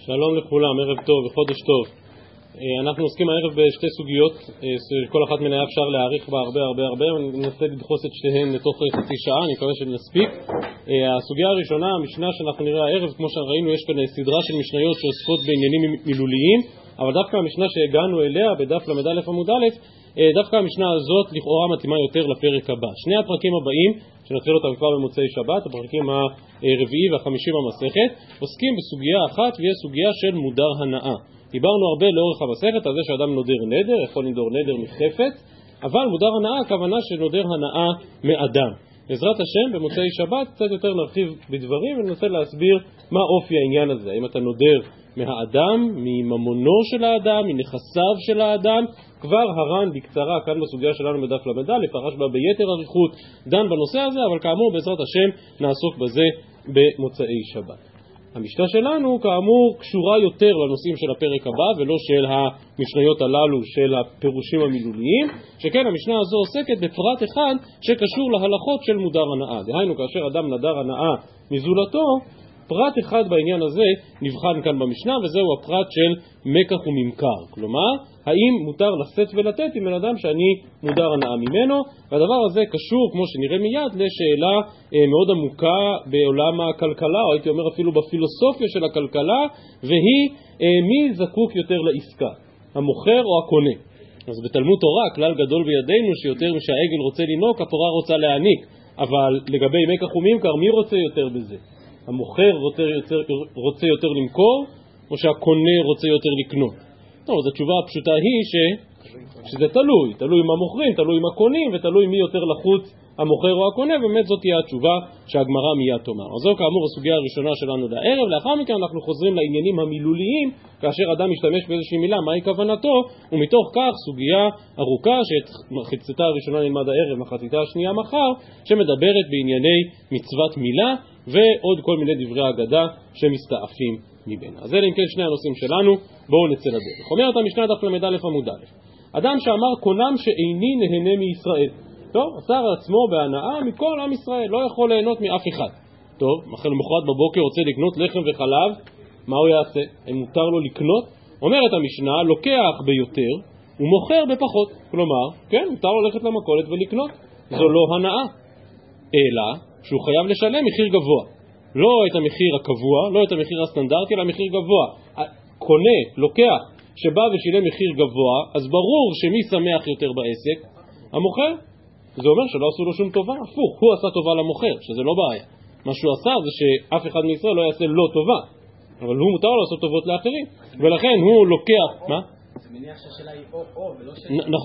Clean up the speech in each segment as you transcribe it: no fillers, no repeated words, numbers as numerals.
שלום לכולם, ערב טוב וחודש טוב. אנחנו עוסקים הערב בשתי סוגיות, כל אחת מנה אפשר להאריך בה הרבה, ננסה לדחוס את שתיהן לתוך חצי שעה, אני מקווה שנספיק. הסוגיה הראשונה, המשנה שאנחנו נראה הערב, כמו שראינו, יש כאן סדרה של משניות שעוסקות בעניינים מילוליים, אבל דווקא המשנה שהגענו אליה בדף למד א' עמוד א', דווקא המשנה הזאת לכאורה מתאימה יותר לפרק הבא. שני הפרקים הבאים, שנתחיל אותם כבר במוצאי שבת, הפרקים הרביעי והחמישי במסכת, עוסקים בסוגיה אחת, והיא סוגיה של מודר הנאה. דיברנו הרבה לאורך המסכת על זה שאדם נודר נדר, יכול לנדור נדר מחפץ, אבל מודר הנאה הכוונה שנודר הנאה מאדם. בעזרת השם במוצאי שבת קצת יותר נרחיב בדברים וננסה להסביר מה אופי העניין הזה. האם אתה נודר מהאדם, מממונו של האדם, מנכסיו של האדם. כבר הר"ן בקצרה כאן בסוגיה שלנו בדף למד א', פרש בה ביתר אריכות, דן בנושא הזה, אבל כאמור בעזרת השם נעסוק בזה במוצאי שבת. המשנה שלנו כאמור קשורה יותר לנושאים של הפרק הבא ולא של המשניות הללו של הפירושים המילוליים, שכן המשנה הזו עוסקת בפרט אחד שקשור להלכות של מודר הנאה. דהיינו כאשר אדם נדר הנאה מזולתו, פרט אחד בעניין הזה נבחן כאן במשנה, וזהו הפרט של מקח וממכר. כלומר, האם מותר לשאת ולתת עם בן אדם שאני מודר הנאה ממנו? והדבר הזה קשור, כמו שנראה מיד, לשאלה מאוד עמוקה בעולם הכלכלה, או הייתי אומר אפילו בפילוסופיה של הכלכלה, והיא מי זקוק יותר לעסקה, המוכר או הקונה. אז בתלמוד תורה, כלל גדול בידינו שיותר משהעגל רוצה לינוק, הפרה רוצה להעניק. אבל לגבי מקח וממכר, מי רוצה יותר בזה? המוכר רוצה יותר למכור, או שהקונה רוצה יותר לקנות? טוב, אז התשובה הפשוטה היא שזה תלוי מה מוכרים, תלוי מה קונים, ותלוי מי יותר לחוץ, המוכר או הקונה, ובאמת זאת תהיה התשובה שהגמרא מיד תאמר. אז זו כאמור הסוגיה הראשונה שלנו לערב. לאחר מכן אנחנו חוזרים לעניינים המילוליים, כאשר אדם משתמש באיזושהי מילה, מהי כוונתו, ומתוך כך סוגיה ארוכה שחציתה הראשונה נלמד הערב, מחציתה השנייה מחר, שמדברת בענייני מצוות מילה, ועוד כל מיני דברי אגדה שמסתעפים מבין. אז אלה אם כן שני הנושאים שלנו, בואו נצא לדרך. אומרת המשנה דף למד א' עמוד א', אדם שאמר קונם שאיני נהנה מישראל. טוב, עשה עצמו בהנאה מכל עם ישראל, לא יכול ליהנות מאף אחד. טוב, למחרת בבוקר רוצה לקנות לחם וחלב, מה הוא יעשה? אם מותר לו לקנות? אומרת המשנה, לוקח ביותר ומוכר בפחות. כלומר, כן, מותר לו ללכת למכולת ולקנות. זו לא הנאה, אלא שהוא חייב לשלם מחיר גבוה. לא את המחיר הקבוע, לא את המחיר הסטנדרטי, אלא מחיר גבוה. קונה, לוקח, שבא ושילם מחיר גבוה, אז ברור שמי שמח יותר בעסק? המוכר. זה אומר שלא עשו לו שום טובה, הפוך, הוא עשה טובה למוכר, שזה לא בעיה. מה שהוא עשה זה שאף אחד מישראל לא יעשה לא טובה, אבל הוא מותר לו לעשות טובות לאחרים, ולכן הוא לוקח... מה? זה מניח שהשאלה היא או ולא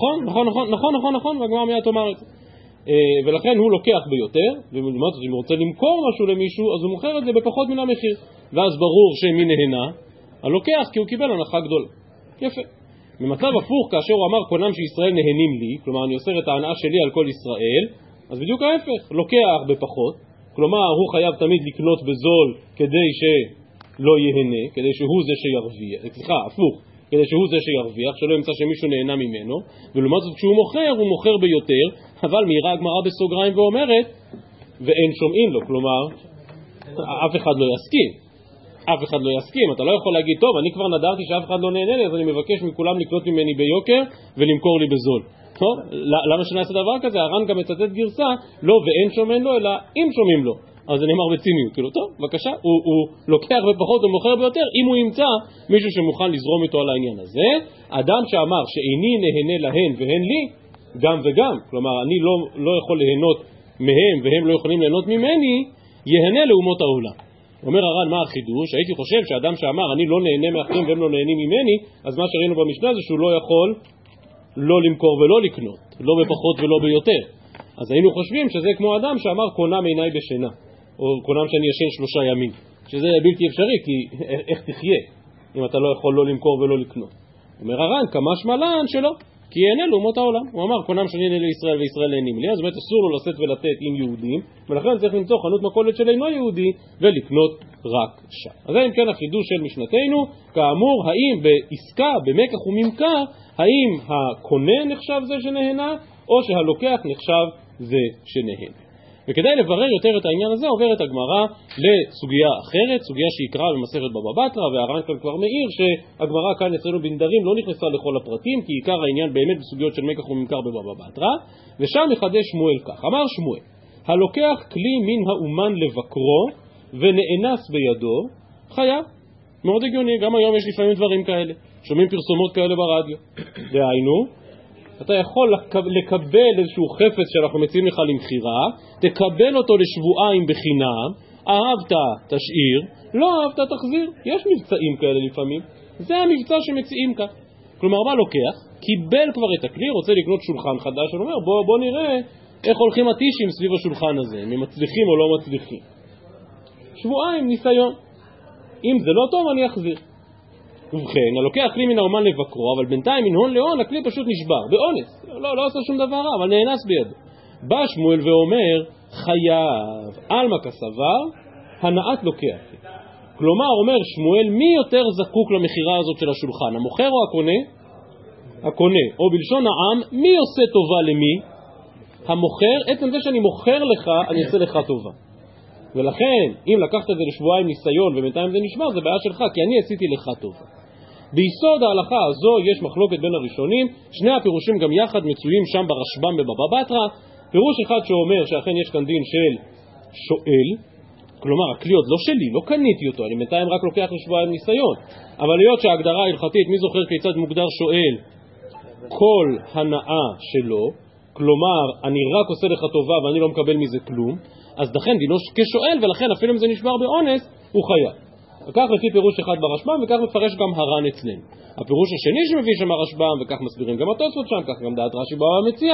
שאלה... נכון, והגמרא מיד תאמר את זה. ולכן הוא לוקח ביותר, ולמעט אם הוא רוצה למכור משהו למישהו, אז הוא מוכר את זה בפחות מן המחיר, ואז ברור שמי נהנה, הלוקח, כי הוא קיבל הנחה גדולה. יפה. במצב הפוך, כאשר הוא אמר קונם שישראל נהנים לי, כלומר אני אוסר את ההנאה שלי על כל ישראל, אז בדיוק ההפך, לוקח בפחות, כלומר הוא חייב תמיד לקנות בזול כדי שלא יהנה, כדי שהוא זה שירוויח, הפוך, כדי שהוא זה שירוויח, שלא ימצא שמישהו נהנה ממנו, ולעומת זאת כשהוא מוכר, הוא מוכר ביותר, אבל מהירה הגמרא בסוגריים ואומרת, ואין שומעים לו, כלומר, אף אחד לא יסכים. אף אחד לא יסכים, אתה לא יכול להגיד, טוב, אני כבר נדרתי שאף אחד לא נהנה לי, אז אני מבקש מכולם לקנות ממני ביוקר ולמכור לי בזול. טוב, למה שנעשה דבר כזה? הר"ן גם מצטט גרסה, לא ואין שומעים לו, אלא אם שומעים לו. אז זה נאמר בציניות, כאילו, טוב, בבקשה, הוא לוקח בפחות ומוכר ביותר, אם הוא ימצא מישהו שמוכן לזרום איתו על העניין הזה. אדם שאמר שאיני נהנה להן והן לי, גם וגם, כלומר, אני לא יכול ליהנות מהם והם לא יכולים ליהנות ממני, יהנה לאומות העולם. אומר הר"ן, מה החידוש? הייתי חושב שאדם שאמר אני לא נהנה מאחרים והם לא נהנים ממני, אז מה שראינו במשנה זה שהוא לא יכול לא למכור ולא לקנות, לא בפחות ולא ביותר. אז היינו חושבים שזה כמו אדם שאמר קונם עיניי בשינה, או קונם שאני ישן 3 ימים, שזה בלתי אפשרי, כי איך תחיה אם אתה לא יכול לא למכור ולא לקנות? אומר הר"ן, כמה שמלן שלא, כי יהנה לאומות העולם. הוא אמר קונם שאני נהנה לישראל וישראל נהנים לי, אז באמת אסור לו לשאת ולתת עם יהודים, ולכן צריך למצוא חנות מכולת של אינו יהודי ולקנות רק שם. אז זה אם כן החידוש של משנתנו. כאמור, האם בעסקה, במקח וממכר, האם הקונה נחשב זה שנהנה, או שהלוקח נחשב זה שנהנה? וכדי לברר יותר את העניין הזה עוברת הגמרא לסוגיה אחרת, סוגיה שיקרא במסכת בבא בתרא, והר"ן כאן כבר מעיר שהגמרא כאן אצלנו בנדרים לא נכנסה לכל הפרטים, כי עיקר העניין באמת בסוגיות של מקח וממכר בבבא בתרא, ושם מחדש שמואל כך, אמר שמואל, הלוקח כלי מן האומן לבקרו ונאנס בידו, חייב. מאוד הגיוני, גם היום יש לפעמים דברים כאלה, שומעים פרסומות כאלה ברדיו, דהיינו, אתה יכול לקבל איזשהו חפץ שאנחנו מציעים לך למחירה, תקבל אותו לשבועיים בחינם, אהבת תשאיר, לא אהבת תחזיר. יש מבצעים כאלה לפעמים, זה המבצע שמציעים כאן. כלומר, מה לוקח? קיבל כבר את הכלי, רוצה לקנות שולחן חדש, הוא אומר בוא נראה איך הולכים הטישים סביב השולחן הזה, אם הם מצליחים או לא מצליחים. שבועיים ניסיון, אם זה לא טוב אני אחזיר. ובכן, הלוקח כלי מן האומן לבקרו, אבל בינתיים מן הון להון הכלי פשוט נשבר, באונס, לא עושה שום דבר רע, אבל נאנס בידו. בא שמואל ואומר, חייב, אלמה כסבר, הנעת לוקח. כלומר, אומר שמואל, מי יותר זקוק למחירה הזאת של השולחן, המוכר או הקונה? הקונה, או בלשון העם, מי עושה טובה למי? המוכר, עצם זה שאני מוכר לך, אני אעשה לך טובה. ולכן, אם לקחת את זה לשבועיים ניסיון ובינתיים זה נשמע, זה בעיה שלך, כי אני עשיתי לך טובה. ביסוד ההלכה הזו יש מחלוקת בין הראשונים, שני הפירושים גם יחד מצויים שם ברשב"ם בבבא בתרא. פירוש אחד שאומר שאכן יש כאן דין של שואל, כלומר הכלי עוד לא שלי, לא קניתי אותו, אני בינתיים רק לוקח לשבועיים ניסיון, אבל להיות שההגדרה ההלכתית, מי זוכר כיצד מוגדר שואל? כל הנאה שלו, כלומר אני רק עושה לך טובה ואני לא מקבל מזה כלום, אז לכן דינו כשואל, ולכן אפילו אם זה נשבר באונס הוא חייב. וכך לפי פירוש אחד ברשב"ם, וכך מפרש גם הר"ן אצלנו. הפירוש השני שמביא שם הרשב"ם, וכך מסבירים גם התוספות שם, כך גם דעת רש"י בבא מציעא,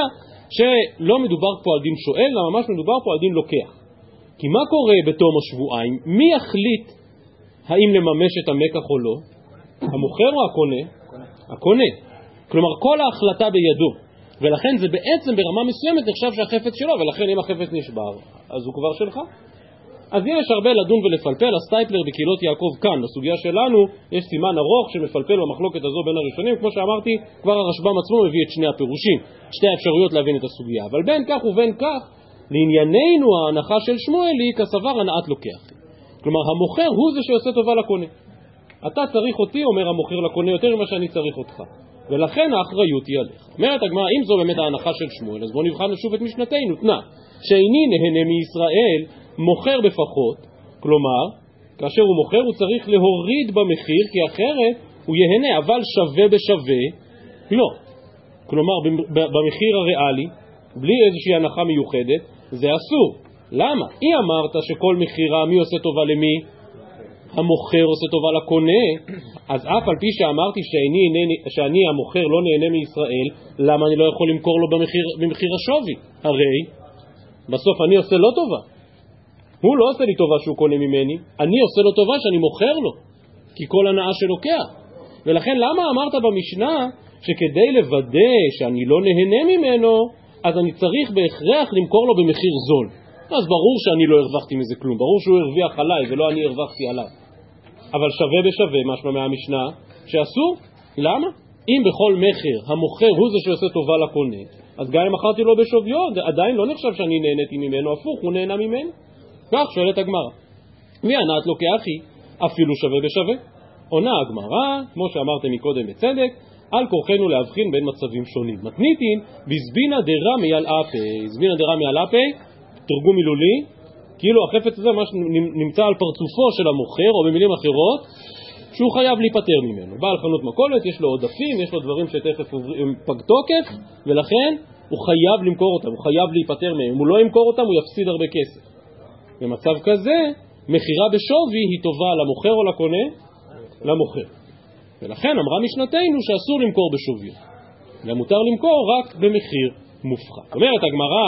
שלא מדובר פה על דין שואל, אלא ממש מדובר פה על דין לוקח. כי מה קורה בתום השבועיים? מי יחליט האם לממש את המקח או לא? המוכר או הקונה? הקונה. כלומר כל ההחלטה בידו, ולכן זה בעצם ברמה מסוימת נחשב שהחפץ שלו, ולכן אם החפץ נשבר אז הוא כבר שלך. אז יש הרבה לדון ולפלפל. הסטייפלר בקהילות יעקב כאן, בסוגיה שלנו, יש סימן ארוך שמפלפל במחלוקת הזו בין הראשונים. כמו שאמרתי, כבר הרשב"ם עצמו מביא את שני הפירושים, שתי האפשרויות להבין את הסוגיה. אבל בין כך ובין כך, לענייננו ההנחה של שמואל היא כסבר הנעת לוקח. כלומר, המוכר הוא זה שעושה טובה לקונה. אתה צריך אותי, אומר המוכר לקונה, יותר ממה שאני צריך אותך. ולכן האחריות היא עליך. אומרת הגמרא, אם זו באמת ההנחה של שמואל, אז בואו נבחן שוב את משנתנו. תנא, שאיני נהנה מישראל, מוכר בפחות, כלומר, כאשר הוא מוכר הוא צריך להוריד במחיר, כי אחרת הוא יהנה, אבל שווה בשווה, לא. כלומר, במחיר הריאלי, בלי איזושהי הנחה מיוחדת, זה אסור. למה? היא אמרת שכל מחירה, מי עושה טובה למי? המוכר עושה טובה לקונה. אז אף על פי שאמרתי שאני המוכר לא נהנה מישראל, למה אני לא יכול למכור לו במחיר השווי? הרי בסוף אני עושה לו טובה. הוא לא עושה לי טובה שהוא קונה ממני, אני עושה לו טובה שאני מוכר לו, כי כל הנאה שלוקח. ולכן למה אמרת במשנה שכדי לוודא שאני לא נהנה ממנו, אז אני צריך בהכרח למכור לו במחיר זול? אז ברור שאני לא הרווחתי מזה כלום, ברור שהוא הרוויח עליי ולא אני הרווחתי עליו. אבל שווה בשווה, משמע מהמשנה, שאסור. למה? אם בכל מחר המוכר הוא זה שעושה טובה לקונה, אז גם אם מכרתי לו בשוויו, עדיין לא נחשב שאני נהניתי ממנו, הפוך, הוא נהנה ממנו. כך שואלת הגמרא, והנעת לוקח היא אפילו שווה בשווה? עונה הגמרא, כמו שאמרתם מקודם בצדק, על כורחנו להבחין בין מצבים שונים. מתניתין בזבינה דרא מעל אפי. זבינה דרא מעל אפי, תרגום מילולי, כאילו החפץ הזה ממש נמצא על פרצופו של המוכר, או במילים אחרות, שהוא חייב להיפטר ממנו. בעל חנות מכולת, יש לו עודפים, יש לו דברים שתכף הם פג תוקף, ולכן הוא חייב למכור אותם, הוא חייב להיפטר מהם. אם הוא לא ימכור אותם, הוא יפסיד הרבה כסף. במצב כזה, מחירה בשווי היא טובה למוכר או לקונה? למוכר. ולכן אמרה משנתנו שאסור למכור בשווי. ומותר למכור רק במחיר מופחת. אומרת הגמרא,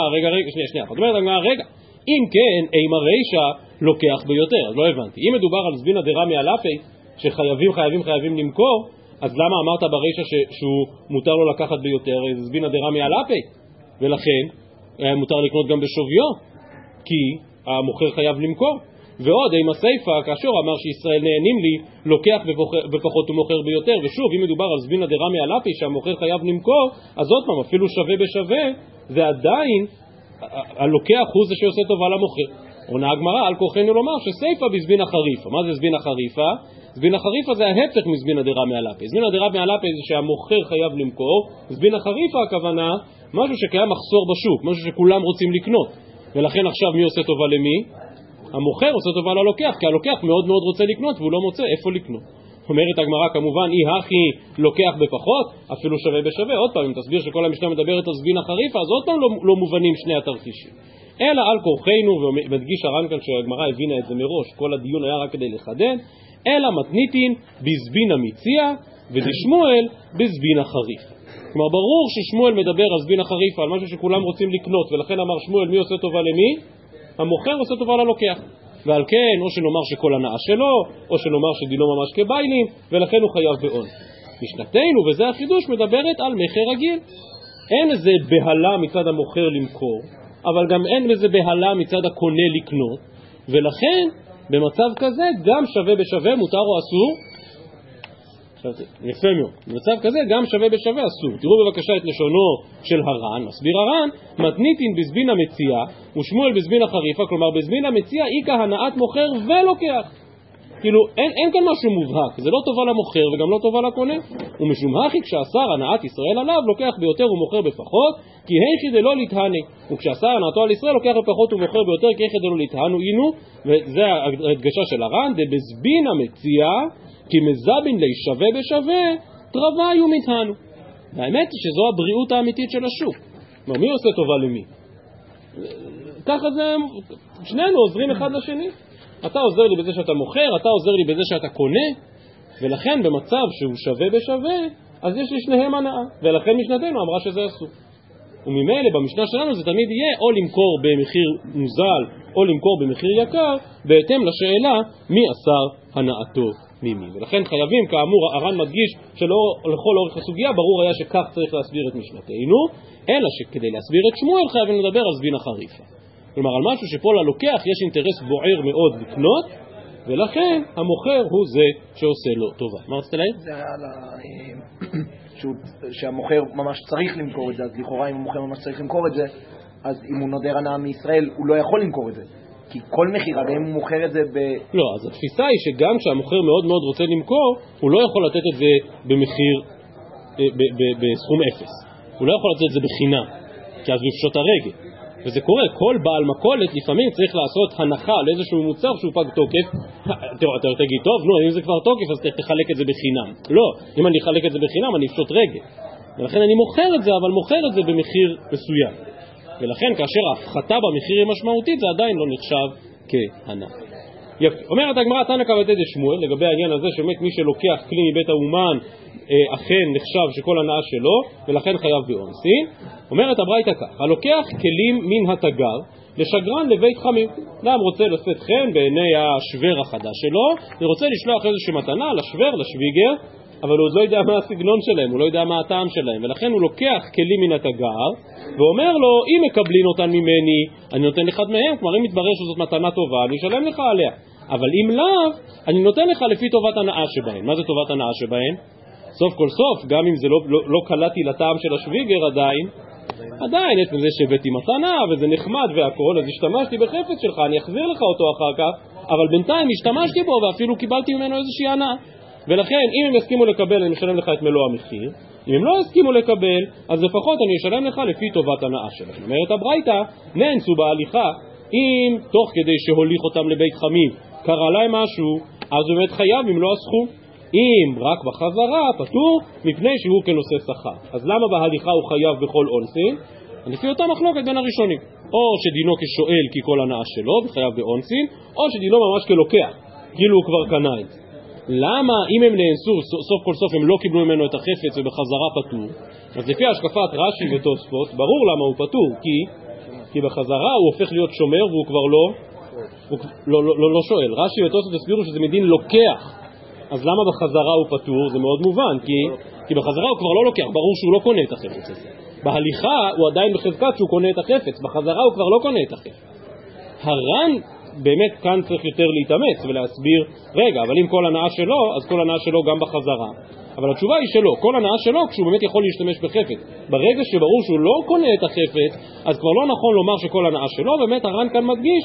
רגע, אם כן, אימה רישא לוקח ביותר. אז לא הבנתי. אם מדובר על זבינה דרא מעל אפי, שחייבים למכור, אז למה אמרת ברישא שהוא מותר לו לקחת ביותר? זה זבינה דרא מעל אפי. ולכן, מותר לקנות גם בשוויו, כי המוכר חייב למכור. ועוד, עם הסייפה, כאשר אמר שישראל נהנים לי, לוקח בפחות ומוכר ביותר. ושוב, אם מדובר על זבינה דרא מעל אפי, שהמוכר חייב למכור, אז עוד פעם, אפילו שווה בשווה, ועדיין הלוקח הוא זה שעושה טובה למוכר. עונה הגמרא, על כוחנו לומר שסייפה בזבין החריפה. מה זה זבין החריפה? זבין החריפה זה ההפך מזבין הדרה מעלפי. זבין הדרה מעלפי זה שהמוכר חייב למכור. זבין החריפה הכוונה משהו שקיים מחסור בשוק, משהו שכולם רוצים לקנות. ולכן עכשיו מי עושה טובה למי? המוכר עושה טובה ללוקח, כי הלוקח מאוד מאוד רוצה לקנות והוא לא מוצא איפה לקנות. אומרת הגמרא כמובן, אי הכי לוקח בפחות, אפילו שווה בשווה. עוד פעם, אם תסביר שכל המשנה מדברת על זבין החריפה, אז עוד פעם לא מובנים שני התרחישים. אלא על כורחנו, ומדגיש הר"ן כאן שהגמרא הבינה את זה מראש, כל הדיון היה רק כדי לחדד, אלא מתניתין בזבין המציע, ודשמואל בזבין החריפה. כלומר, ברור ששמואל מדבר על זבין החריפה, על משהו שכולם רוצים לקנות, ולכן אמר שמואל, מי עושה טובה למי? המוכר עושה טובה ללוקח. ועל כן, או שנאמר שכל הנאה שלו, או שנאמר שדינו ממש כביילים, ולכן הוא חייב בעון. משנתנו, וזה החידוש, מדברת על מחיר רגיל. אין איזה בהלה מצד המוכר למכור, אבל גם אין בזה בהלה מצד הקונה לקנות, ולכן, במצב כזה, גם שווה בשווה, מותר או אסור? יפה מאוד. במצב כזה, גם שווה בשווה אסור. תראו בבקשה את לשונו של הר"ן. מסביר הר"ן, מתניתין בזבין המציע, ושמואל בזבין החריפה, כלומר, בזבין המציע, איקה הנאת מוכר ולוקח. כאילו, אין כאן משהו מובהק. זה לא טובה למוכר וגם לא טובה לקונה. ומשום הכי כשאסר הנאת ישראל עליו, לוקח ביותר ומוכר בפחות, כי היכי דלא להתהני. וכשאסר הנאתו על ישראל, לוקח בפחות ומוכר ביותר, כי היכי דלא להתהנו אינו. וזה ההדגשה של הר"ן, דבזבין המציע, כי מזבין לי שווה בשווה, תרווה היו מתהנו. והאמת היא שזו הבריאות האמיתית של השוק. מי עושה טובה למי? ככה זה, שנינו עוזרים אחד לשני. אתה עוזר לי בזה שאתה מוכר, אתה עוזר לי בזה שאתה קונה, ולכן במצב שהוא שווה בשווה, אז יש לשניהם הנאה, ולכן משנתנו אמרה שזה אסור. וממילא במשנה שלנו זה תמיד יהיה או למכור במחיר מוזל, או למכור במחיר יקר, בהתאם לשאלה מי אסר הנאתו ממי. ולכן חייבים, כאמור, הר"ן מדגיש שלכל אורך הסוגיה ברור היה שכך צריך להסביר את משנתנו, אלא שכדי להסביר את שמואל חייבים לדבר על זבין החריפה. כלומר, על משהו שפה ללוקח יש אינטרס בוער מאוד לקנות, ולכן המוכר הוא זה שעושה לו טובה. מה רצית להגיד? זה על שהמוכר ממש צריך למכור את זה, אז לכאורה אם המוכר ממש צריך למכור את זה, אז אם הוא נודר הנאה מישראל, הוא לא יכול למכור את זה. כי כל מחיר, אם הוא מוכר את זה לא, אז התפיסה היא שגם כשהמוכר מאוד מאוד רוצה למכור, הוא לא יכול לתת את זה במחיר, בסכום אפס. הוא לא יכול לתת את זה בחינם, כי אז הוא יפשוט הרגל. וזה קורה, כל בעל מכולת לפעמים צריך לעשות הנחה על איזשהו מוצר שהוא פג תוקף. אתה תגיד, טוב, נו, אם זה כבר תוקף אז תחלק את זה בחינם. לא, אם אני אחלק את זה בחינם אני אפשוט רגל. ולכן אני מוכר את זה, אבל מוכר את זה במחיר מסוים. ולכן כאשר ההפחתה במחיר היא משמעותית, זה עדיין לא נחשב כהנאה. יפה. אומרת הגמרא, תנא קבעתי דשמואל, לגבי העניין הזה שבאמת מי שלוקח כלי מבית האומן אכן נחשב שכל הנאה שלו, ולכן חייב באונסין. אומרת הברייתא כך, הלוקח כלים מן התגר לשגרן לבית חמים. אדם רוצה לשאת חן בעיני השוור החדש שלו, ורוצה לשלוח איזושהי מתנה לשוור, לשוויגר, אבל הוא עוד לא יודע מה הסגנון שלהם, הוא לא יודע מה הטעם שלהם, ולכן הוא לוקח כלים מן התגר, ואומר לו, אם מקבלים אותן ממני, אני נותן לך מהם, כלומר אם מתברר שזאת מתנה טובה, אני אשלם לך עליה. אבל אם לאו, אני נותן לך לפי טובת הנאה שבהם. מה זה טובת הנאה שבהם? סוף כל סוף, גם אם זה לא קלטתי לטעם של השוויגר עדיין יש בזה שבאתי מתנה, וזה נחמד והכל, אז השתמשתי בחפץ שלך, אני אחזיר לך אותו אחר כך, אבל בינתיים השתמשתי בו ואפילו קיבלתי ממנו איזושהי הנאה. ולכן, אם הם יסכימו לקבל, אני משלם לך את מלוא המחיר. אם הם לא יסכימו לקבל, אז לפחות אני אשלם לך לפי טובת הנאה שלהם. אומרת הברייתא, נאנסו בהליכה, אם תוך כדי שהוליך אותם לבית חמים קרה להם משהו, אז הוא באמת חייב אם לא הסכום. אם רק בחזרה, פטור, מפני שהוא כנושא שכר. אז למה בהליכה הוא חייב בכל אונסין? לפי אותה מחלוקת בין הראשונים. או שדינו כשואל כי כל הנאה שלו, וחייב באונסין, או שדינו ממש כלוקח, כאילו הוא כבר קנה את זה. למה אם הם נאנסו, סוף כל סוף הם לא קיבלו ממנו את החפץ ובחזרה פטור? אז לפי השקפת רש"י ותוספות, ברור למה הוא פטור, כי בחזרה הוא הופך להיות שומר והוא כבר לא שואל. רש"י ותוספות הסבירו שזה מדין לוקח. אז למה בחזרה הוא פטור? זה מאוד מובן, כי בחזרה הוא כבר לא לוקח, ברור שהוא לא קונה את החפץ הזה. בהליכה הוא עדיין בחזקת שהוא קונה את החפץ, בחזרה הוא כבר לא קונה את החפץ. הר"ן באמת כאן צריך יותר להתאמץ ולהסביר, רגע, אבל אם כל הנאה שלו, אז כל הנאה שלו גם בחזרה. אבל התשובה היא שלא, כל הנאה שלו כשהוא באמת יכול להשתמש בחפץ. ברגע שברור שהוא לא קונה את החפץ, אז כבר לא נכון לומר שכל הנאה שלו. באמת הר"ן כאן מדגיש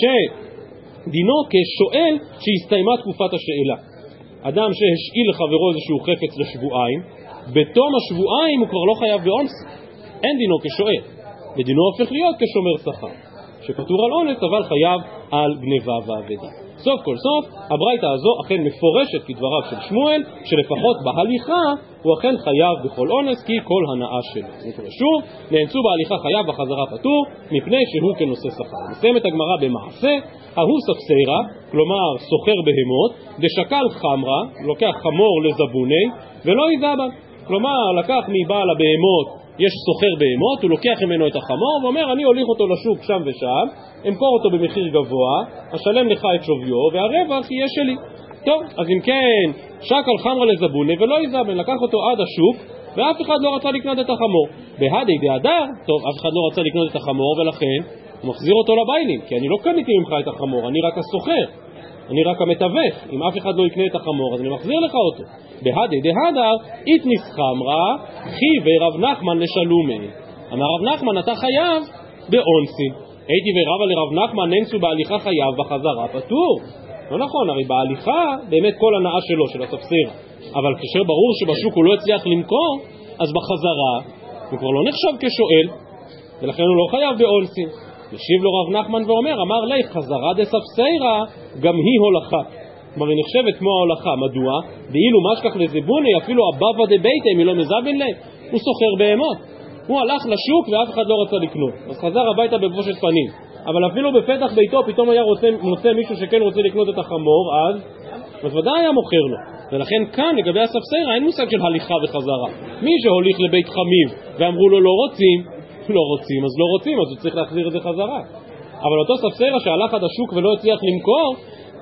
שדינו כשואל שהסתיימה תקופת השאלה. אדם שהשאיל לחברו איזשהו חפץ לשבועיים, בתום השבועיים הוא כבר לא חייב באונס, אין דינו כשואל, ודינו הופך להיות כשומר שכר, שפטור על אונס אבל חייב על גניבה ועבדה. סוף כל סוף, הברייתא הזו אכן מפורשת כדבריו של שמואל, שלפחות בהליכה הוא אכן חייב בכל אונס, כי כל הנאה שלו. נקרא שוב, נאנסו בהליכה חייב בחזרה פטור, מפני שהוא כנושא שכר. מסיים את הגמרא במעשה, ההוא ספסיירה, כלומר סוחר בהמות, דשקל חמרה, לוקח חמור לזבוני, ולא יזבן. כלומר, לקח מבעל הבהמות, יש סוחר בהמות, הוא לוקח ממנו את החמור ואומר, אני הוליך אותו לשוק שם ושם, אמכור אותו במחיר גבוה, אשלם לך את שוויו, והרווח יהיה שלי. טוב, אז אם כן, שקל חמרה לזבוני ולא יזבן, לקח אותו עד השוק, ואף אחד לא רצה לקנות את החמור. בהדי בהדר, טוב, אף אחד לא רצה לקנות את החמור, ולכן הוא מחזיר אותו לביילים, כי אני לא קניתי ממך את החמור, אני רק הסוחר. אני רק המתווך, אם אף אחד לא יקנה את החמור אז אני מחזיר לך אותו. בהדי דהדר איתניס חמרה חי ורב נחמן לשלומי. אמר רב נחמן, אתה חייב באונסין. הייתי ורבה לרב נחמן, ננסו בהליכה חייב, בחזרה פטור. לא נכון, הרי בהליכה באמת כל הנאה שלו, של הספסיר, אבל כאשר ברור שבשוק הוא לא הצליח למכור, אז בחזרה הוא כבר לא נחשב כשואל, ולכן הוא לא חייב באונסין. ישיב לו רב נחמן ואומר, אמר לי, חזרה דספסיירה, גם היא הולכה. כלומר, היא נחשבת כמו ההולכה. מדוע? ואילו משכח לזבוני, אפילו הבבא דביתא, אם היא לא מזבן לי, הוא סוחר בהמות. הוא הלך לשוק ואף אחד לא רצה לקנות. אז חזר הביתה בבושת פנים. אבל אפילו בפתח ביתו פתאום היה מוצא מישהו שכן רוצה לקנות את החמור, אז ודאי היה מוכר לו. ולכן כאן, לגבי הספסיירה, אין מושג של הליכה וחזרה. מי שהוליך לבית חמיב ואמרו לו לא רוצים, אז לא רוצים, אז הוא צריך להחזיר את זה חזרה. אבל אותו ספסיירה שהלך עד השוק ולא הצליח למכור,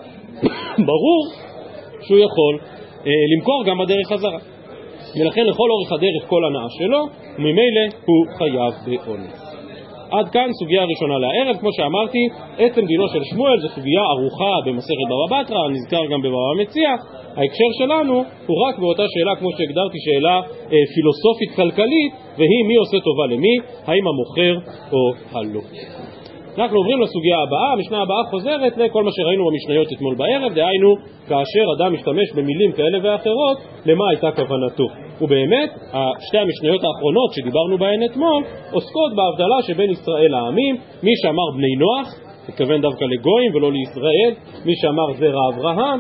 ברור שהוא יכול למכור גם בדרך חזרה. ולכן לכל אורך הדרך כל הנאה שלו, וממילא הוא חייב באונס. עד כאן סוגיה ראשונה לערב. כמו שאמרתי, עצם דינו של שמואל זו סוגיה ארוכה במסכת בבא בתרא, נזכר גם בבבא מציעא. ההקשר שלנו הוא רק באותה שאלה, כמו שהגדרתי, שאלה פילוסופית כלכלית, והיא מי עושה טובה למי, האם המוכר או הלא. אנחנו עוברים לסוגיה הבאה. המשנה הבאה חוזרת לכל מה שראינו במשניות אתמול בערב, דהיינו כאשר אדם משתמש במילים כאלה ואחרות, למה הייתה כוונתו. ובאמת, שתי המשניות האחרונות שדיברנו בהן אתמול עוסקות בהבדלה שבין ישראל לעמים. מי שאמר בני נוח, התכוון דווקא לגויים ולא לישראל, מי שאמר זרע אברהם,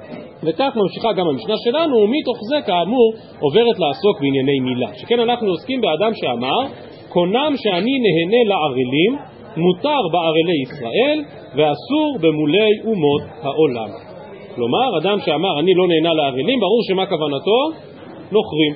וכך ממשיכה גם המשנה שלנו, ומתוך זה כאמור עוברת לעסוק בענייני מילה. שכן אנחנו עוסקים באדם שאמר, קונם שאני נהנה לערלים, מותר בערלי ישראל ואסור במולי אומות העולם. כלומר, אדם שאמר אני לא נהנה לערלים, ברור שמה כוונתו? נוכרים.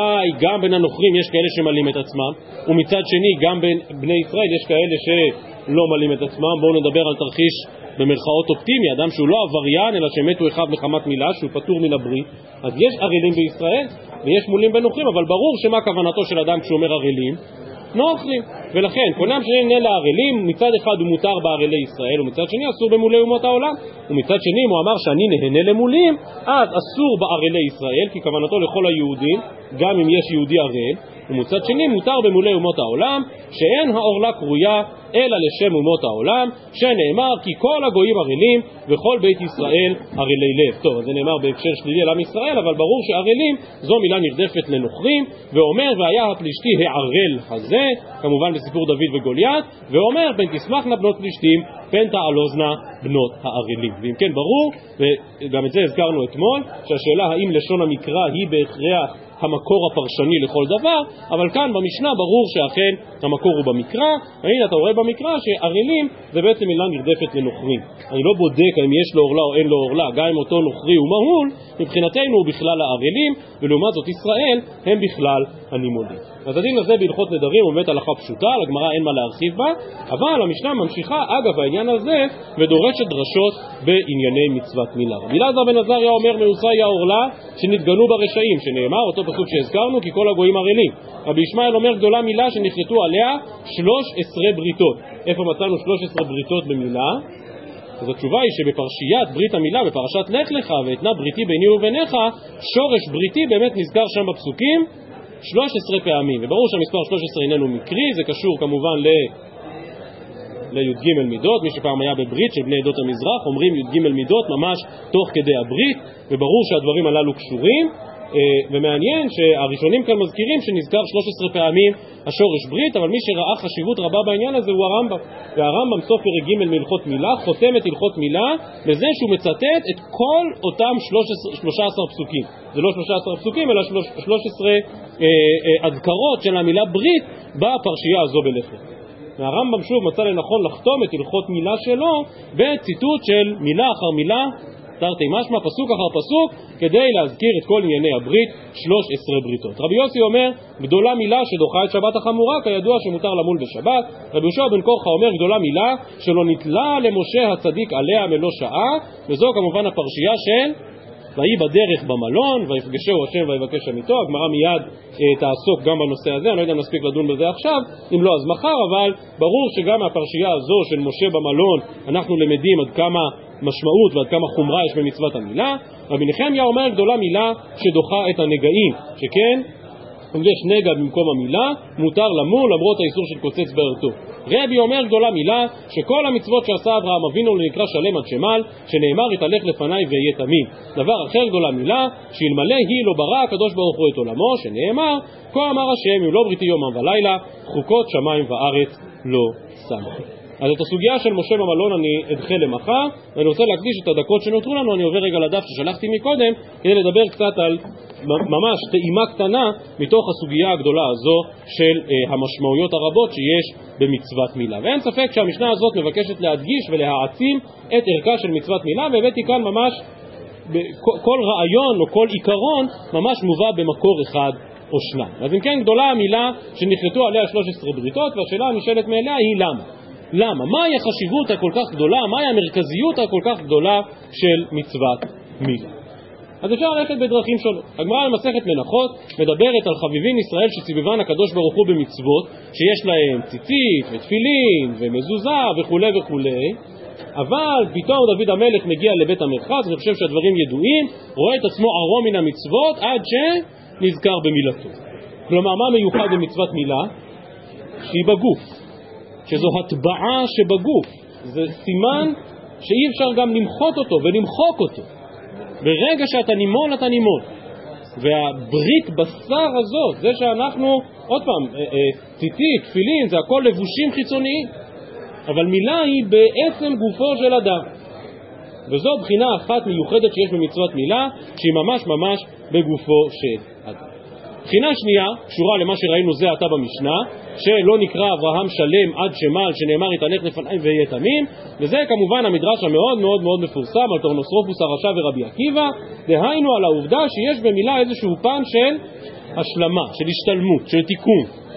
גם בין הנוכרים יש כאלה שמלים את עצמם, ומצד שני גם בין בני ישראל יש כאלה שלא מלים את עצמם. בואו נדבר על תרחיש במרכאות אופטימי, אדם שהוא לא עבריין אלא שמתו אחד מחמת מילה, שהוא פטור מן הברית. אז יש ערלים בישראל ויש מולים בין נוכרים, אבל ברור שמה כוונתו של אדם כשהוא אומר ערלים? נוכרים. ולכן קונם שאני נהנה לערלים, מצד אחד הוא מותר בערלי ישראל, ומצד שני אסור במולי אומות העולם. ומצד שני אם הוא אמר שאני נהנה למולים, אז אסור בערלי ישראל, כי כוונתו לכל היהודים, גם אם יש יהודי ערל. ומצד שני מותר במולי אומות העולם, שאין העורלה קרויה אלא לשם אומות העולם, שנאמר כי כל הגויים ערלים וכל בית ישראל ערלי לב. טוב, אז זה נאמר בהקשר שלילי על עם ישראל, אבל ברור שערלים זו מילה נרדפת לנוכרים. ואומר והיה הפלישתי הערל הזה, כמובן בסיפור דוד וגוליית, ואומר פן תשמחנה בנות פלישתים פן תעלוזנה בנות הערלים. ואם כן ברור, וגם את זה הזכרנו אתמול, שהשאלה האם לשון המקרא היא בהכרח המקור הפרשני לכל דבר, אבל כאן במשנה ברור שאכן המקור הוא במקרא. והנה אתה רואה במקרא שערלים זה בעצם מילה נרדפת לנוכרים. אני לא בודק האם יש לו עורלה או אין לו עורלה, גם אם אותו נוכרי הוא מהול, מבחינתנו הוא בכלל הערלים, ולעומת זאת ישראל הם בכלל הנימולים. אז הדין הזה בהלכות נדרים הוא באמת הלכה פשוטה, לגמרא אין מה להרחיב בה, אבל המשנה ממשיכה אגב העניין הזה ודורשת דרשות בענייני מצוות מילה. רבי אלעזר בן עזריה אומר מאוסי העורלה שנתגנו ברשעים, שנאמר אותו פסוק שהזכרנו כי כל הגויים ערלים. רבי ישמעאל אומר גדולה מילה שנחרטו עליה 13 בריתות. איפה מצאנו 13 בריתות במילה? אז התשובה היא שבפרשיית ברית המילה, בפרשת לך לך ואתנה בריתי ביני וביניך, שורש בריתי באמת נזכר שם בפסוקים 13 פעמים, וברור שהמספר 13 איננו מקרי, זה קשור כמובן לי"ג מידות. מי שפעם היה בברית של בני עדות המזרח אומרים י"ג מידות ממש תוך כדי הברית, וברור שהדברים הללו קשורים. ומעניין שהראשונים כאן מזכירים שנזכר 13 פעמים השורש ברית, אבל מי שראה חשיבות רבה בעניין הזה הוא הרמב"ם, והרמב"ם סוף פרק ג' מהלכות מילה חותם את הלכות מילה בזה שהוא מצטט את כל אותם 13 פסוקים. זה לא 13 פסוקים אלא 13 אזכרות של המילה ברית בפרשייה הזו בלכת. והרמב"ם שוב מצא לנכון לחתום את הלכות מילה שלו בציטוט של מילה אחר מילה, תרתי משמע, פסוק אחר פסוק, כדי להזכיר את כל ענייני הברית, 13 בריתות. רבי יוסי אומר, גדולה מילה שדוחה את שבת החמורה, כידוע שמותר למול בשבת. רבי יהושע בן קורחה אומר, גדולה מילה שלא נתלה למשה הצדיק עליה מלוא שעה, וזו כמובן הפרשייה של ויהי בדרך במלון, ויפגשהו השם ויבקש עמיתו. הגמרא מיד תעסוק גם בנושא הזה, אני לא יודע אם נספיק לדון בזה עכשיו, אם לא אז מחר, אבל ברור שגם מהפרשייה הזו של משה במלון אנחנו למדים עד כמה משמעות ועד כמה חומרה יש במצוות המילה. רבי נחמיה אומר גדולה מילה שדוחה את הנגעים, שכן אם יש נגע במקום המילה מותר למול למרות האיסור של קוצץ בערתו. רבי אומר גדולה מילה שכל המצוות שעשה אברהם אבינו לנקרא שלם עד שמל, שנאמר יתהלך לפניי ויהיה תמים. דבר אחר גדולה מילה שאלמלא היא לא ברא הקדוש ברוך הוא את עולמו, שנאמר כה אמר השם אם לא בריתי יומם ולילה חוקות שמיים וארץ לא שמתי. אז את הסוגיה של משה במלון אני אדחה למחר, ואני רוצה להקדיש את הדקות שנותרו לנו. אני עובר רגע לדף ששלחתי מקודם כדי לדבר קצת על ממש טעימה קטנה מתוך הסוגיה הגדולה הזו של המשמעויות הרבות שיש במצוות מילה. ואין ספק שהמשנה הזאת מבקשת להדגיש ולהעצים את ערכה של מצוות מילה, והבאתי כאן ממש כל רעיון או כל עיקרון ממש מובא במקור אחד או שניים. אז אם כן, גדולה המילה שנחלטו עליה 13 בריתות, והשאלה הנשאלת מאליה היא למה? למה? מהי החשיבות הכל כך גדולה? מהי המרכזיות הכל כך גדולה של מצוות מילה? אז אפשר ללכת בדרכים שונות. הגמרא במסכת מנחות מדברת על חביבין ישראל שציבבן הקדוש ברוך הוא במצוות שיש להם ציצית ותפילין ומזוזה וכו' וכו', אבל פתאום דוד המלך מגיע לבית המרחץ, אני חושב שהדברים ידועים, רואה את עצמו ערום מן המצוות עד שנזכר במילתו. כלומר, מה מיוחד במצוות מילה? שהיא בגוף, שזו הטבעה שבגוף, זה סימן שאי אפשר גם למחות אותו ולמחוק אותו. ברגע שאתה נימול, אתה נימול. והברית בשר הזאת, זה שאנחנו, עוד פעם, ציצית, תפילין, זה הכל לבושים חיצוניים, אבל מילה היא בעצם גופו של אדם. וזו בחינה אחת מיוחדת שיש במצוות מילה, שהיא ממש ממש בגופו של אדם. בחינה שנייה, קשורה למה שראינו זה עתה במשנה, שלא נקרא אברהם שלם עד שמל, שנאמר יתהלך לפניי ויהיה תמים, וזה כמובן המדרש המאוד מאוד מאוד מפורסם על טורנוסרופוס הרשע ורבי עקיבא, דהיינו על העובדה שיש במילה איזשהו פן של השלמה, של השתלמות, של תיקון.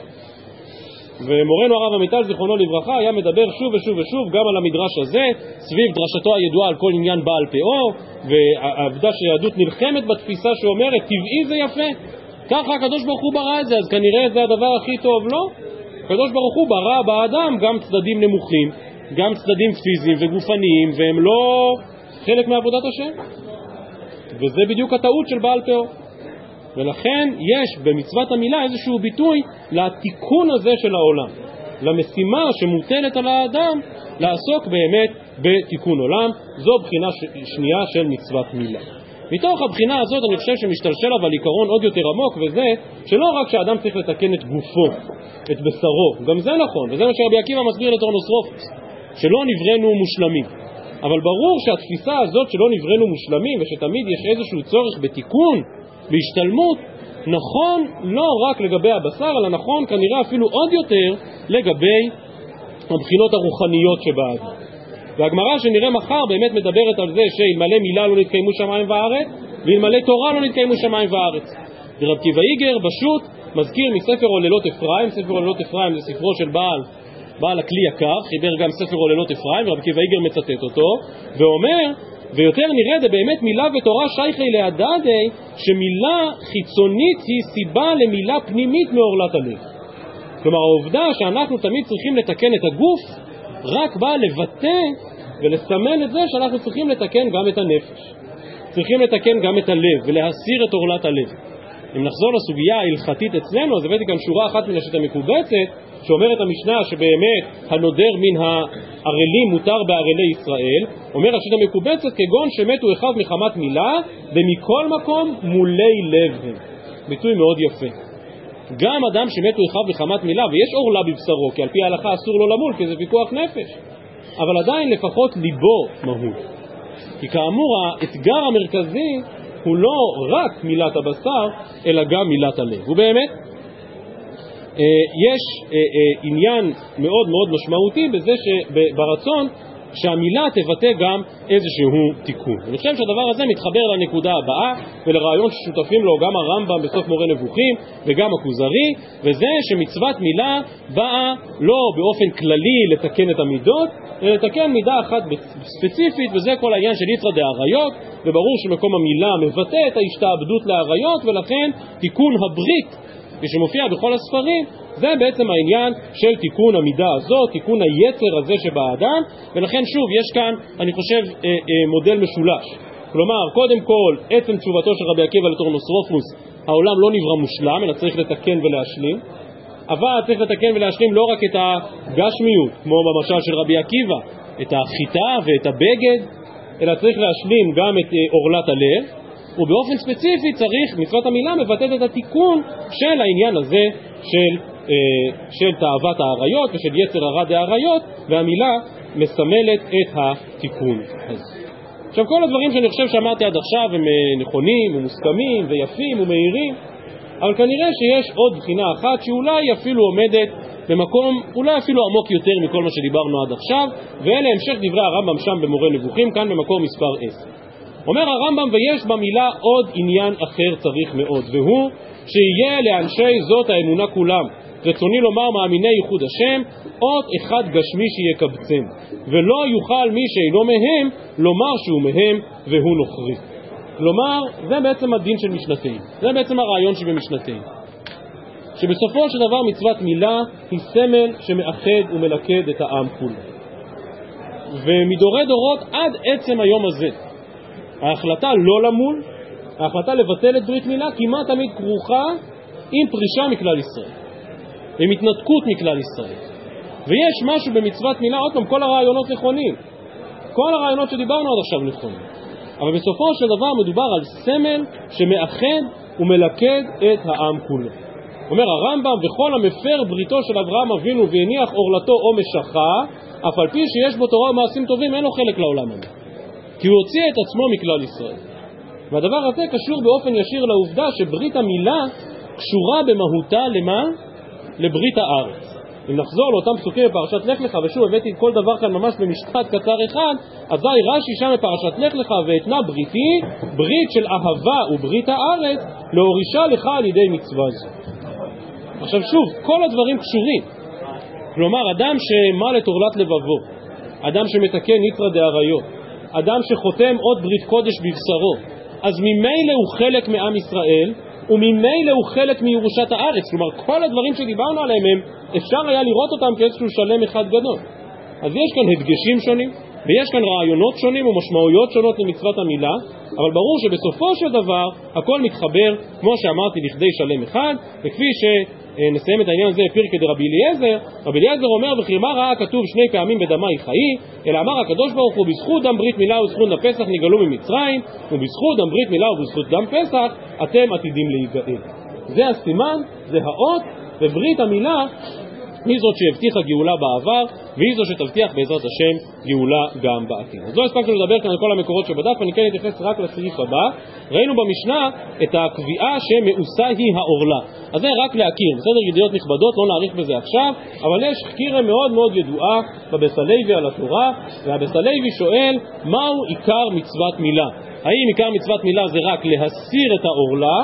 ומורנו הרב עמיטל זיכרונו לברכה היה מדבר שוב ושוב ושוב גם על המדרש הזה, סביב דרשתו הידועה על כל עניין בעל פאור, והעובדה שהיהדות נלחמת בתפיסה שאומרת טבעי זה יפה, ככה הקדוש ברוך הוא ברא את זה, אז כנראה זה הדבר הכי טוב. לא, הקדוש ברוך הוא ברא באדם גם צדדים נמוכים, גם צדדים פיזיים וגופניים, והם לא חלק מעבודת השם, וזה בדיוק הטעות של בעל פאור. ולכן יש במצוות המילה איזשהו ביטוי לתיקון הזה של העולם, למשימה שמוטלת על האדם לעסוק באמת בתיקון עולם. זו בחינה שנייה של מצוות מילה. מתוך הבחינה הזאת אני חושב שמשתלשל אבל עיקרון עוד יותר עמוק, וזה שלא רק שהאדם צריך לתקן את גופו, את בשרו, גם זה נכון, וזה מה שרבי עקיבא מסביר לטורנוסרופוס, שלא נבראנו מושלמים. אבל ברור שהתפיסה הזאת שלא נבראנו מושלמים ושתמיד יש איזשהו צורך בתיקון, בהשתלמות, נכון לא רק לגבי הבשר, אלא נכון כנראה אפילו עוד יותר לגבי הבחינות הרוחניות שבאדם. והגמרא שנראה מחר באמת מדברת על זה שאלמלא מילה לא נתקיימו שמיים וארץ, ואלמלא תורה לא נתקיימו שמיים וארץ. ורב עקיבא איגר בשו"ת מזכיר מספר עוללות אפרים. ספר עוללות אפרים זה ספרו של בעל הכלי יקר, חיבר גם ספר עוללות אפרים, ורב עקיבא איגר מצטט אותו ואומר, ויותר נראה זה באמת מילה ותורה שייכי להדדי, שמילה חיצונית היא סיבה למילה פנימית מעורלת הלב. כלומר העובדה שאנחנו תמיד צריכים לתקן את הגוף רק בא לבטא ולסמן את זה שאנחנו צריכים לתקן גם את הנפש, צריכים לתקן גם את הלב ולהסיר את עורלת הלב. אם נחזור לסוגיה ההלכתית אצלנו, אז הבאתי כאן שורה אחת מן השיטה המקובצת, שאומרת המשנה שבאמת הנודר מן הערלים מותר בערלי ישראל. אומר השיטה המקובצת כגון שמתו אחד מחמת מילה, ומכל מקום מולי לב. ביטוי מאוד יפה. גם אדם שמתו אחד מחמת מילה, ויש עורלה בבשרו, כי על פי ההלכה אסור לו למול, כי זה ויכוח נפש. אבל עדיין לפחות ליבו מהול. כי כאמור האתגר המרכזי הוא לא רק מילת הבשר, אלא גם מילת הלב. ובאמת, יש עניין מאוד מאוד משמעותי בזה שברצון שהמילה תבטא גם איזשהו תיקון. אני חושב שהדבר הזה מתחבר לנקודה הבאה ולרעיון ששותפים לו גם הרמב"ם בסוף מורה נבוכים וגם הכוזרי, וזה שמצוות מילה באה לא באופן כללי לתקן את המידות, אלא לתקן מידה אחת ספציפית, וזה כל העניין של יצרא דאריות, וברור שמקום המילה מבטא את ההשתעבדות לאריות, ולכן תיקון הברית שמופיע בכל הספרים, זה בעצם העניין של תיקון המידה הזאת, תיקון היצר הזה שבאדם, ולכן שוב יש כאן, אני חושב, מודל משולש. כלומר, קודם כל, עצם תשובתו של רבי עקיבא לטורנוסרופוס, העולם לא נברא מושלם, אלא צריך לתקן ולהשלים, אבל צריך לתקן ולהשלים לא רק את הגשמיות, כמו במשל של רבי עקיבא, את החיטה ואת הבגד, אלא צריך להשלים גם את עורלת הלב, ובאופן ספציפי צריך, מצוות המילה מבטאת את התיקון של העניין הזה של תאוות האריות ושל יצר הרע דאריות, והמילה מסמלת את התיקון הזה. עכשיו, כל הדברים שאני חושב שאמרתי עד עכשיו הם נכונים ומוסכמים ויפים ומהירים, אבל כנראה שיש עוד בחינה אחת שאולי אפילו עומדת במקום אולי אפילו עמוק יותר מכל מה שדיברנו עד עכשיו, ואלה המשך דברי הרמב"ם שם במורה נבוכים, כאן במקור מספר 10. אומר הרמב"ם, ויש במילה עוד עניין אחר צריך מאוד, והוא שיהיה לאנשי זאת האמונה כולם, רצוני לומר מאמיני ייחוד השם, עוד אחד גשמי שיקבצם, ולא יוכל מי שאינו מהם לומר שהוא מהם והוא נוכרי. כלומר, זה בעצם הדין של משנתיים, זה בעצם הרעיון שבמשנתיים, שבסופו של דבר מצוות מילה היא סמל שמאחד ומלכד את העם כולו. ומדורי דורות עד עצם היום הזה, ההחלטה לא למול, ההחלטה לבטל את ברית מילה כמעט תמיד כרוכה עם פרישה מכלל ישראל, עם התנתקות מכלל ישראל. ויש משהו במצוות מילה, עוד פעם, כל הרעיונות נכונים, כל הרעיונות שדיברנו עד עכשיו נכונים, אבל בסופו של דבר מדובר על סמל שמאחד ומלכד את העם כולו. אומר הרמב"ם, וכל המפר בריתו של אברהם אבינו והניח אורלתו או משכה, אף על פי שיש בו תורה ומעשים טובים, אין לו חלק לעולם הזה, כי הוא הוציא את עצמו מכלל ישראל. והדבר הזה קשור באופן ישיר לעובדה שברית המילה קשורה במהותה למה? לברית הארץ. אם נחזור לאותם פסוקים בפרשת לך לך, ושוב הבאתי כל דבר כאן ממש במשפט קצר אחד, אזי רש"י שם בפרשת לך לך, ואתנה בריתי, ברית של אהבה וברית הארץ, להורישה לך על ידי מצווה זו. עכשיו שוב, כל הדברים קשורים. כלומר, אדם שמל את עורלת לבבו, אדם שמתקן יצרא דאריות, אדם שחותם עוד ברית קודש בבשרו, אז ממילא הוא חלק מעם ישראל, וממילא הוא חלק מירושת הארץ. כלומר, כל הדברים שדיברנו עליהם הם, אפשר היה לראות אותם כאיזשהו שלם אחד גדול. אז יש כאן הדגשים שונים, ויש כאן רעיונות שונים ומשמעויות שונות למצוות המילה, אבל ברור שבסופו של דבר הכל מתחבר, כמו שאמרתי, לכדי שלם אחד, וכפי שנסיים את העניין הזה פרקי דרבי אליעזר, רבי אליעזר אומר, וכי מה ראה כתוב שני פעמים בדמי חיי, אלא אמר הקדוש ברוך הוא, בזכות דם ברית מילה ובזכות דם פסח נגאלו ממצרים, ובזכות דם ברית מילה ובזכות דם פסח אתם עתידים להיגאל. זה הסימן, זה האות, וברית המילה היא זאת שהבטיחה גאולה בעבר, והיא זאת שתבטיח בעזרת השם גאולה גם בעתיד. אז לא הספקנו לדבר כאן על כל המקורות שבדף, אני כן אתייחס רק לסעיף הבא. ראינו במשנה את הקביעה שמאוסה היא העורלה. אז זה רק להכיר, בסדר, ידיעות נכבדות, לא נאריך בזה עכשיו, אבל יש חקירה מאוד מאוד ידועה בבית הלוי על התורה, והבית הלוי שואל, מהו עיקר מצוות מילה? האם עיקר מצוות מילה זה רק להסיר את העורלה,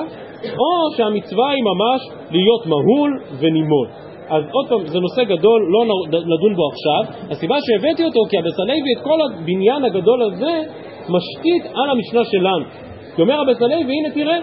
או שהמצווה היא ממש להיות מהול ונימול? אז עוד פעם, זה נושא גדול, לא נדון בו עכשיו. הסיבה שהבאתי אותו, כי הבית הלוי את כל הבניין הגדול הזה משתית על המשנה שלנו. כי אומר הבית הלוי, והנה תראה,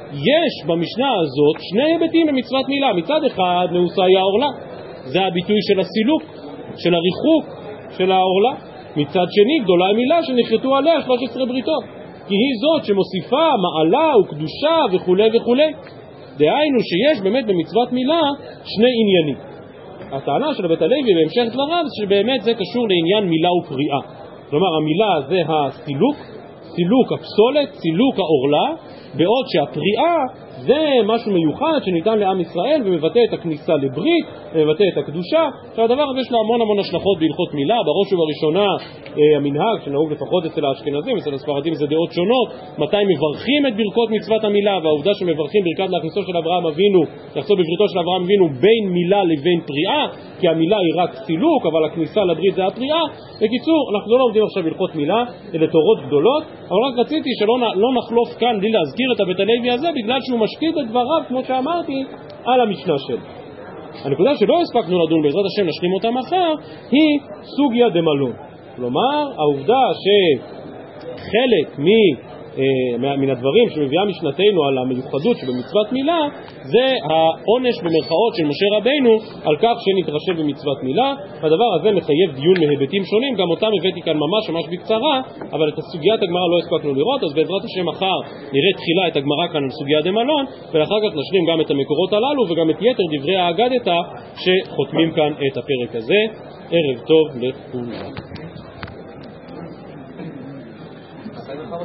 יש במשנה הזאת שני היבטים במצוות מילה. מצד אחד, מאוסה היא העורלה, זה הביטוי של הסילוק, של הריחוק של העורלה. מצד שני, גדולה המילה שנחרטו עליה 13 בריתות, כי היא זאת שמוסיפה מעלה וקדושה וכו' וכו'. דהיינו שיש באמת במצוות מילה שני עניינים. הטענה של בית הלוי בהמשך דבריו שבאמת זה קשור לעניין מילה ופריאה. כלומר המילה זה הסילוק, סילוק הפסולת, סילוק העורלה, בעוד שהפריאה זה משהו מיוחד שניתן לעם ישראל ומבטא את הכניסה לברית, ומבטא את הקדושה. שהדבר הזה יש לו המון השלכות בהלכות מילה. בראש ובראשונה המנהג שנהוג לפחות אצל האשכנזים, אצל הספרדים זה דעות שונות, מתי מברכים את ברכות מצוות המילה, והעובדה שמברכים ברכת להכניסו של אברהם אבינו, לחצות בבריתו של אברהם אבינו בין מילה לבין פריאה, כי המילה היא רק סילוק, אבל הכניסה לברית זה הפריאה. בקיצור, אנחנו לא לומדים עכשיו הלכות מילה, אלה תורות גדולות, אבל רק רציתי שלא נחלוף כאן בלי להזכיר את הבית הלוי הזה, בגלל שהוא משקיט את דבריו, כמו שאמרתי, על המשנה שלו. הנקודה שלא הספקנו לדון, בעזרת השם נשלים אותה מחר, היא סוגיה דמלון. כלומר, העובדה שחלק מן הדברים שמביאה משנתנו על המיוחדות שבמצוות מילה, זה העונש במרכאות של משה רבינו על כך שנתרשל במצוות מילה. הדבר הזה מחייב דיון מהיבטים שונים, גם אותם הבאתי כאן ממש בקצרה, אבל את סוגיית הגמרא לא הספקנו לראות, אז בעזרת השם מחר נראה תחילה את הגמרא כאן על סוגיה דמלון, ואחר כך נשלים גם את המקורות הללו וגם את יתר דברי האגדתא שחותמים כאן את הפרק הזה. ערב טוב לכולם.